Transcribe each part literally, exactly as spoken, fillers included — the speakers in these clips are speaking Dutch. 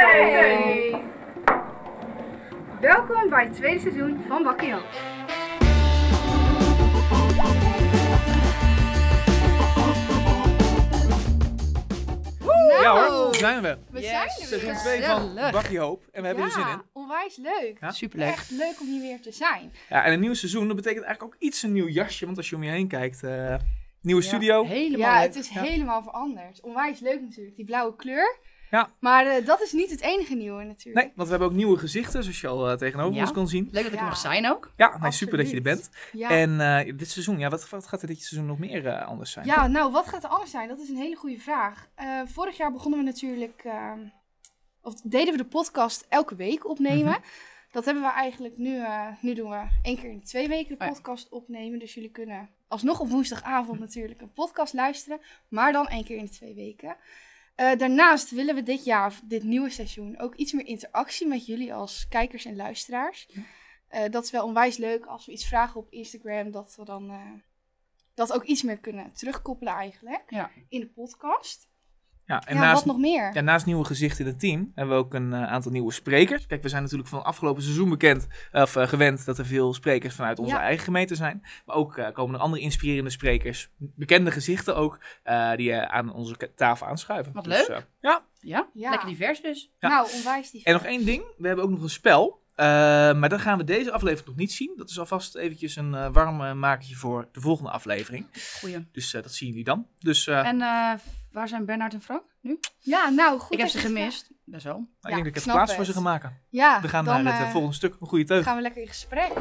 Hey! Welkom bij het tweede seizoen van Bakkie Hoop. Ja hoor, daar zijn we. We Yes. zijn er Seizoen weer. twee van Gezellig. Bakkie Hoop. En we hebben er zin Ja, in. onwijs leuk. Ja? Superleuk. Echt leuk om hier weer te zijn. Ja, en een nieuw seizoen, dat betekent eigenlijk ook iets een nieuw jasje. Want als je om je heen kijkt, uh, nieuwe studio. Helemaal Ja, leuk. het is Ja. helemaal veranderd. Onwijs leuk natuurlijk, die blauwe kleur. Ja. Maar uh, dat is niet het enige nieuwe natuurlijk. Nee, want we hebben ook nieuwe gezichten, zoals je al uh, tegenover Ja. ons kan zien. Leuk dat ik Ja. er mag zijn ook. Ja, nee, super dat je er Absoluut. bent. Ja. En uh, dit seizoen, ja, wat, wat gaat er dit seizoen nog meer uh, anders zijn? Ja, nou, wat gaat er anders zijn? Dat is een hele goede vraag. Uh, vorig jaar begonnen we natuurlijk, uh, of deden we de podcast elke week opnemen. Mhm. Dat hebben we eigenlijk nu, uh, nu doen we één keer in de twee weken de Oh ja. podcast opnemen. Dus jullie kunnen alsnog op woensdagavond natuurlijk een podcast luisteren, maar dan één keer in de twee weken. Uh, daarnaast willen we dit jaar, of dit nieuwe seizoen, ook iets meer interactie met jullie als kijkers en luisteraars. Uh, dat is wel onwijs leuk als we iets vragen op Instagram, dat we dan uh, dat ook iets meer kunnen terugkoppelen eigenlijk Ja. in de podcast. Ja, en ja, naast, wat nog meer? ja, naast nieuwe gezichten in het team hebben we ook een uh, aantal nieuwe sprekers. Kijk, we zijn natuurlijk van het afgelopen seizoen bekend, of uh, gewend dat er veel sprekers vanuit onze Ja. eigen gemeente zijn. Maar ook uh, komen er andere inspirerende sprekers, bekende gezichten ook, uh, die uh, aan onze k- tafel aanschuiven. Wat Dus, leuk. uh, ja, Ja? Ja. Lekker divers dus. Ja. Nou, onwijs die. en nog één ding, we hebben ook nog een spel. Uh, maar dat gaan we deze aflevering nog niet zien. Dat is alvast eventjes een uh, warm uh, makertje voor de volgende aflevering. Goeie. Dus uh, dat zien jullie dan. Dus uh, En uh, waar zijn Bernard en Frank nu? Ja, nou goed. ik heb dat ze je het gemist. Best wel. nou, ik ja, denk dat ik ik even snap plaats het. voor ze gaan maken. vraagt. Ja, We gaan dan naar het uh, uh, volgende stuk. Een goede teug. gaan we lekker in gesprek.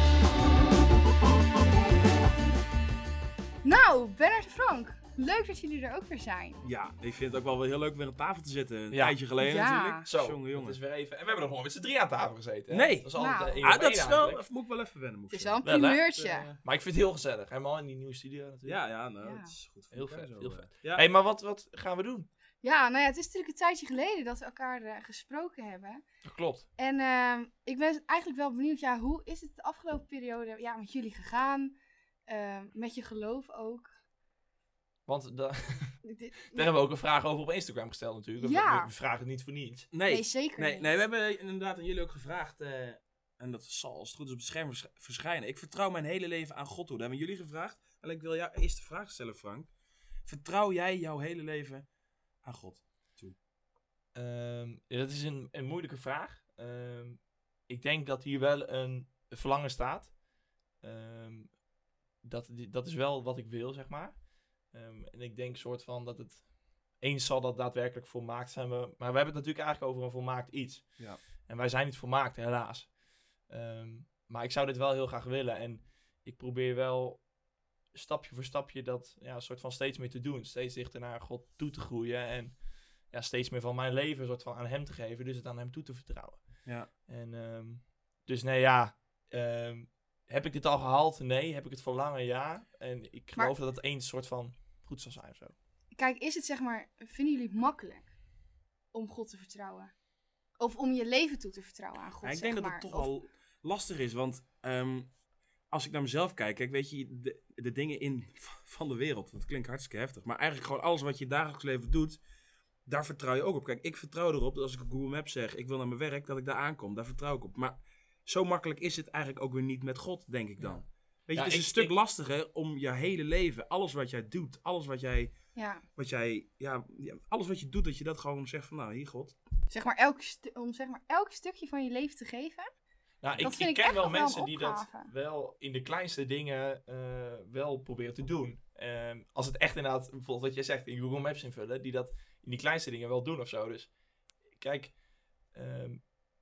Nou, Bernard en Frank. Leuk dat jullie er ook weer zijn. Ja, ik vind het ook wel weer heel leuk om weer aan tafel te zitten. Een Ja. tijdje geleden Ja. natuurlijk. Zo, Jongen, jongen. dat is weer even. En we hebben nog gewoon met z'n drie aan tafel gezeten. Hè? Nee. Dat is altijd Nou. uh, één Ah, op dat één is wel, eigenlijk. moet ik wel even wennen. Moet Het ik is wel een Wel, hè? primeurtje. Uh, maar ik vind het heel gezellig. Helemaal in die nieuwe studio natuurlijk. Ja, ja, nou, Ja. het is goed. voor Heel elkaar vet, zo, heel eh. vet. Ja. Hey, maar wat, wat gaan we doen? Ja, nou ja, het is natuurlijk een tijdje geleden dat we elkaar uh, gesproken hebben. Dat klopt. En uh, ik ben eigenlijk wel benieuwd, ja, hoe is het de afgelopen periode ja, met jullie gegaan? Uh, met je geloof ook? Want da- Dit- daar hebben we ook een vraag over op Instagram gesteld natuurlijk. Ja. We, we vragen het niet voor niets. Nee, Nee, zeker nee, niet. nee, we hebben inderdaad aan jullie ook gevraagd. eh, en dat zal als het goed is op het scherm vers- verschijnen. Ik vertrouw mijn hele leven aan God toe. Dat hebben jullie gevraagd. En ik wil jou eerst de vraag stellen, Frank. Vertrouw jij jouw hele leven aan God? Ehm, ja, dat is een, een moeilijke vraag. Ehm, ik denk dat hier wel een verlangen staat. Ehm, dat, dat is wel wat ik wil, zeg maar. Ehm, en ik denk soort van dat het... Eens zal dat daadwerkelijk volmaakt zijn. We, maar we hebben het natuurlijk eigenlijk over een volmaakt iets. Ja. En wij zijn niet volmaakt, helaas. Ehm, maar ik zou dit wel heel graag willen. En ik probeer wel stapje voor stapje dat ja, soort van steeds meer te doen. Steeds dichter naar God toe te groeien. En ja, steeds meer van mijn leven soort van aan hem te geven. Dus het aan hem toe te vertrouwen. Ja. En ehm, dus nee, ja. ehm, heb ik dit al gehaald? Nee. Heb ik het verlangen? Ja. En ik Maar- geloof dat het eens soort van goed zal zijn of zo. Kijk, is het zeg maar, vinden jullie het makkelijk om God te vertrouwen? Of om je leven toe te vertrouwen aan God, Ja, ik zeg denk dat maar. het toch Of- wel lastig is, want ehm, als ik naar mezelf kijk, kijk, weet je, de, de dingen in van de wereld, dat klinkt hartstikke heftig, maar eigenlijk gewoon alles wat je dagelijks leven doet, daar vertrouw je ook op. Kijk, ik vertrouw erop dat als ik op Google Maps zeg, ik wil naar mijn werk, dat ik daar aankom, daar vertrouw ik op. Maar zo makkelijk is het eigenlijk ook weer niet met God, denk ik dan. Ja. Weet je, Ja, het is ik- een stuk ik- lastiger om je hele leven, alles wat jij doet, alles wat jij, Ja, wat jij, ja, ja, alles wat je doet, dat je dat gewoon zegt van, nou, hier God. zeg maar elk stu- om zeg maar elk stukje van je leven te geven. Nou, Dat ik, vind ik ik ken echt wel nog wel een mensen die dat opgave. wel in de kleinste dingen eh, wel proberen te doen. Ehm, als het echt inderdaad, bijvoorbeeld wat jij zegt, in Google Maps invullen, die dat in die kleinste dingen wel doen of zo. Dus kijk, ehm,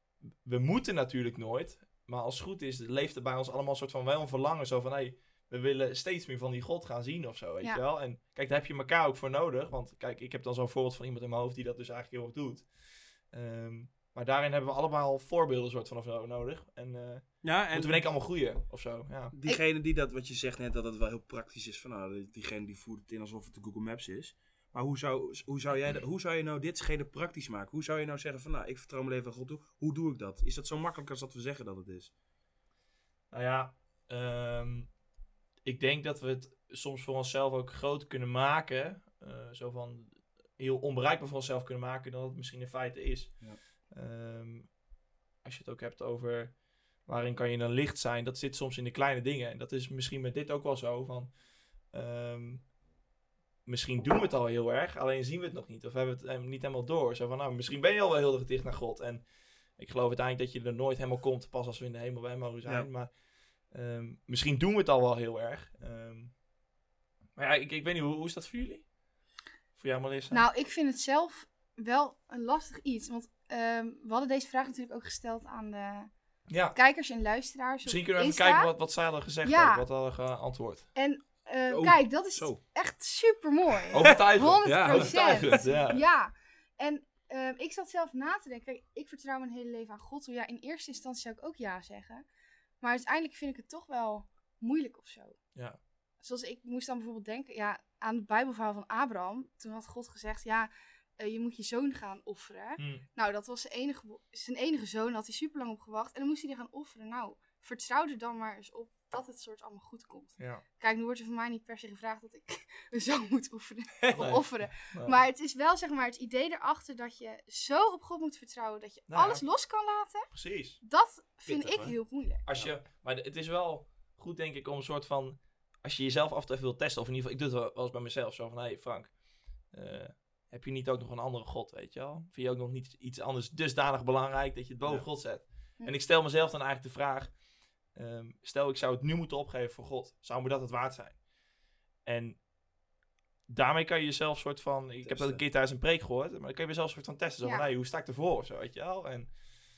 we moeten natuurlijk nooit, maar als het goed is, leeft er bij ons allemaal een soort van wel een verlangen. Zo van, hé, hey, we willen steeds meer van die God gaan zien of zo, weet Ja. je wel. En kijk, daar heb je elkaar ook voor nodig. Want kijk, ik heb dan zo'n voorbeeld van iemand in mijn hoofd die dat dus eigenlijk heel erg doet. Ehm, maar daarin hebben we allemaal voorbeelden soort van of zo nodig. En, eh Ja, moeten we denk ik allemaal groeien of zo, ja. Diegene die dat, wat je zegt net, dat het wel heel praktisch is. Van, nou, diegene die voert het in alsof het de Google Maps is. Maar hoe zou, hoe, zou jij, dat- hoe zou je nou dit schede praktisch maken? Hoe zou je nou zeggen van, nou, ik vertrouw mijn leven aan God toe. Hoe doe ik dat? Is dat zo makkelijk als dat we zeggen dat het is? Nou ja, ehm, ik denk dat we het soms voor onszelf ook groot kunnen maken. Uh, zo van, heel onbereikbaar voor onszelf kunnen maken dan het misschien in feite is. Ja. Um, als je het ook hebt over waarin kan je een licht zijn, dat zit soms in de kleine dingen. En dat is misschien met dit ook wel zo van... Um, misschien doen we het al heel erg, alleen zien we het nog niet. Of hebben we het niet helemaal door. Zo van, nou, misschien ben je al wel heel erg dicht naar God. En ik geloof uiteindelijk dat je er nooit helemaal komt, pas als we in de hemel bij mogen zijn. Ja. Maar um, misschien doen we het al wel heel erg. Um, maar ja, ik, ik weet niet, hoe, hoe is dat voor jullie? Voor jou, Melissa? Nou, ik vind het zelf wel een lastig iets. Want um, we hadden deze vraag natuurlijk ook gesteld aan de ja. kijkers en luisteraars. Misschien kunnen we even Insta. kijken wat, wat zij hadden gezegd, ja. ook, wat hadden geantwoord. En uh, oh, kijk, dat is zo. echt super mooi. Overtuigend. honderd procent. Ja, overtuigend, ja. ja. En uh, ik zat zelf na te denken. Kijk, ik vertrouw mijn hele leven aan God. Ja, in eerste instantie zou ik ook ja zeggen. Maar uiteindelijk vind ik het toch wel moeilijk of zo. Ja. Zoals ik moest dan bijvoorbeeld denken ja, aan het Bijbelverhaal van Abraham. Toen had God gezegd, ja, uh, je moet je zoon gaan offeren. Hmm. Nou, dat was zijn enige, zijn enige zoon. Daar had hij super lang op gewacht. En dan moest hij die gaan offeren. Nou, vertrouw er dan maar eens op dat het soort allemaal goed komt. Ja. Kijk, nu wordt er van mij niet per se gevraagd dat ik een zoon moet oefenen, Nee. of offeren. Nee. Maar het is wel, zeg maar, het idee erachter dat je zo op God moet vertrouwen dat je Nou ja. alles los kan laten. Precies. Dat vind Pittig, ik hè? heel moeilijk. Als je, maar het is wel goed, denk ik, om een soort van... Als je jezelf af en toe even wilt testen, of in ieder geval... Ik doe het wel eens bij mezelf, zo van... Hé, hey Frank, uh, heb je niet ook nog een andere God, weet je wel? Vind je ook nog niet iets anders dusdanig belangrijk dat je het boven Ja. God zet? Hm. En ik stel mezelf dan eigenlijk de vraag... Um, stel, ik zou het nu moeten opgeven voor God. Zou me dat het waard zijn? En daarmee kan je jezelf soort van... Ik Testen. heb dat een keer tijdens een preek gehoord. Maar dan kan je jezelf soort van testen. Zo Ja. van, hey, hoe sta ik ervoor? Of zo, weet je wel? En,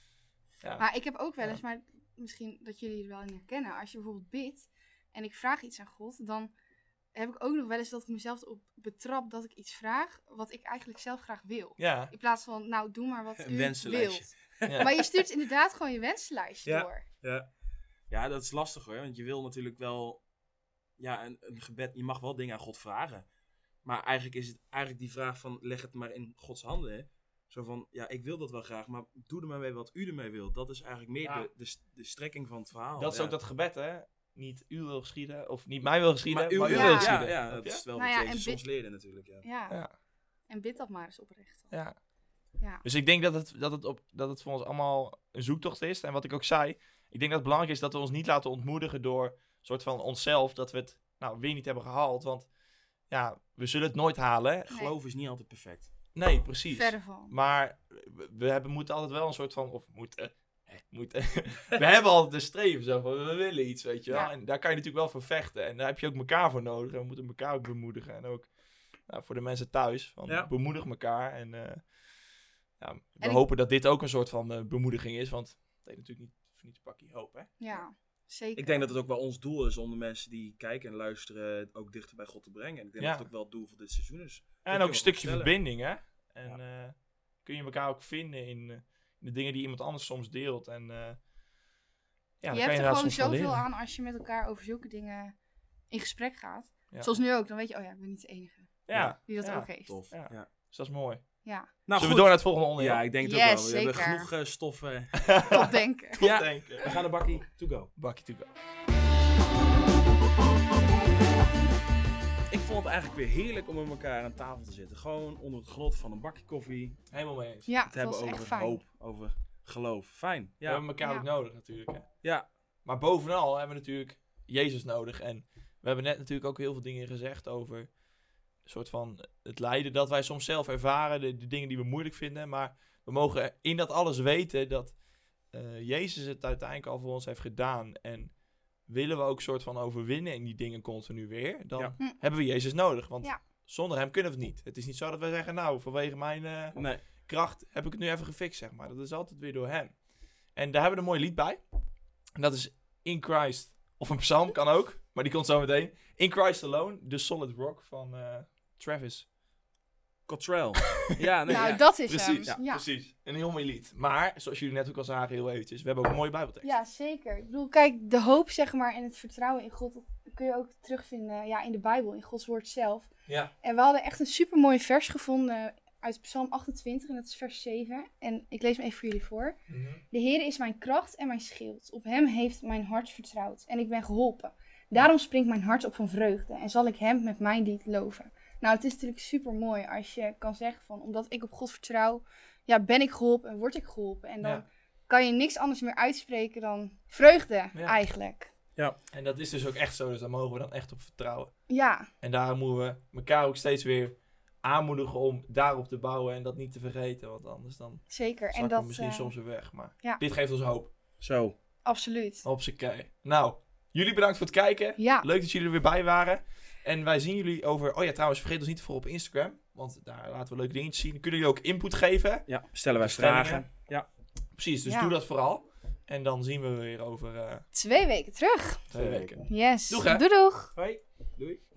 ja. Maar ik heb ook wel Ja. eens, maar misschien dat jullie er wel in herkennen. Als je bijvoorbeeld bidt en ik vraag iets aan God, dan heb ik ook nog wel eens dat ik mezelf erop betrap dat ik iets vraag wat ik eigenlijk zelf graag wil. Ja. In plaats van, nou, doe maar wat Een u wensenlijstje. wilt. Ja. Maar je stuurt inderdaad gewoon je wensenlijstje Ja. door. Ja. ja, dat is lastig hoor. Want je wil natuurlijk wel... Ja, een, een gebed... Je mag wel dingen aan God vragen. Maar eigenlijk is het eigenlijk die vraag van... Leg het maar in Gods handen, hè. Zo van... Ja, ik wil dat wel graag. Maar doe er maar mee wat u ermee wilt. Dat is eigenlijk meer Ja. de, de, de strekking van het verhaal. Dat is ja. ook dat gebed, hè? Niet u wil geschieden, of niet mij wil geschieden, maar, uw u wil- wil Ja. geschieden. Ja, ja, Snap dat je? is wel Nou wat ja, Jezus en soms leerde natuurlijk. Ja. Ja. Ja. En bid dat maar eens oprecht. Ja. Ja. Dus ik denk dat het, dat, het op, dat het voor ons allemaal een zoektocht is. En wat ik ook zei, ik denk dat het belangrijk is dat we ons niet laten ontmoedigen door een soort van onszelf, dat we het nou weer niet hebben gehaald. Want ja, we zullen het nooit halen. Nee. Geloof is niet altijd perfect. Nee, precies. Verder van. Maar we, we hebben, moeten altijd wel een soort van, of moeten, eh, moeten. we hebben altijd een streven, zo van, we willen iets, weet je wel. Ja. En daar kan je natuurlijk wel voor vechten. En daar heb je ook elkaar voor nodig. En we moeten elkaar ook bemoedigen. En ook nou, voor de mensen thuis, van, Ja. bemoedig elkaar. En uh, ja, we En ik- hopen dat dit ook een soort van uh, bemoediging is, want het heet natuurlijk niet voor niets pakje hoop, hè. Ja, zeker. Ik denk dat het ook wel ons doel is om de mensen die kijken en luisteren ook dichter bij God te brengen. En ik denk Ja. dat het ook wel het doel van dit seizoen is. En kun ook je een wel stukje stellen. verbinding, hè. En uh, kun je elkaar ook vinden in, uh, in de dingen die iemand anders soms deelt. En uh, ja, dan je kan hebt er inderdaad gewoon soms van zoveel leren. aan als je met elkaar over zulke dingen in gesprek gaat. Ja. Zoals nu ook, dan weet je, oh ja, ik ben niet de enige Ja, die dat ja. ook heeft. Tof. Ja. Ja. Dus dat is mooi. Ja, Nou, Zullen we goed. door naar het volgende onderwerp? Ja, ik denk het Yes, ook wel. We hebben zeker. genoeg uh, stoffen. tot denken. Ja. Denken. We gaan naar Bakkie. To go. Bakkie to go. Ik vond het eigenlijk weer heerlijk om met elkaar aan tafel te zitten. Gewoon onder het genot van een bakje koffie. Helemaal mee eens. Ja, Het dat hebben was echt over fijn. hoop, over geloof. Fijn. We Ja. hebben elkaar Ja. ook nodig natuurlijk. Hè. Ja. Maar bovenal hebben we natuurlijk Jezus nodig. En we hebben net natuurlijk ook heel veel dingen gezegd over een soort van het lijden dat wij soms zelf ervaren. De, de dingen die we moeilijk vinden. Maar we mogen in dat alles weten dat uh, Jezus het uiteindelijk al voor ons heeft gedaan. En willen we ook soort van overwinnen in die dingen continu weer. Dan Ja. Hm. hebben we Jezus nodig. Want Ja. zonder hem kunnen we het niet. Het is niet zo dat wij zeggen, nou vanwege mijn uh, Nee. kracht heb ik het nu even gefixt, zeg maar. Dat is altijd weer door hem. En daar hebben we een mooi lied bij. En dat is In Christ. Of een psalm, kan ook. Maar die komt zo meteen. In Christ Alone, The Solid Rock van uh, Travis. Cottrell. Ja, nee. nou, ja. dat is Precies, hem. Ja. precies. Een heel mooi lied. Maar, zoals jullie net ook al zagen, heel eventjes. We hebben ook een mooie bijbeltekst. Ja, zeker. Ik bedoel, kijk, de hoop, zeg maar, en het vertrouwen in God, dat kun je ook terugvinden ja, in de Bijbel, in Gods woord zelf. Ja. En we hadden echt een super mooi vers gevonden uit Psalm achtentwintig, en dat is vers zeven. En ik lees hem even voor jullie voor. Mm-hmm. De Heer is mijn kracht en mijn schild. Op hem heeft mijn hart vertrouwd en ik ben geholpen. Daarom springt mijn hart op van vreugde en zal ik hem met mijn lied loven. Nou, het is natuurlijk super mooi als je kan zeggen van, omdat ik op God vertrouw, ja, ben ik geholpen en word ik geholpen. En dan Ja. kan je niks anders meer uitspreken dan vreugde, Ja. eigenlijk. En dat is dus ook echt zo, dus daar mogen we dan echt op vertrouwen. Ja, En daar moeten we elkaar ook steeds weer aanmoedigen om daarop te bouwen en dat niet te vergeten. Want anders dan zeker. En zakken dat, we misschien eh, soms weer weg. Maar ja. dit geeft ons hoop. Zo. absoluut. Op z'n kei. Nou, jullie bedankt voor het kijken. Ja, Leuk dat jullie er weer bij waren. En wij zien jullie over... Oh ja, trouwens, vergeet ons niet te volgen op Instagram. Want daar laten we leuke dingetjes zien. Dan kunnen jullie ook input geven. Ja, stellen wij Stellingen. vragen. Ja. Precies, dus Ja. doe dat vooral. En dan zien we weer over eh, twee weken terug. twee weken. Yes. Doeg, hè? Doei doeg. Hoi. Doei.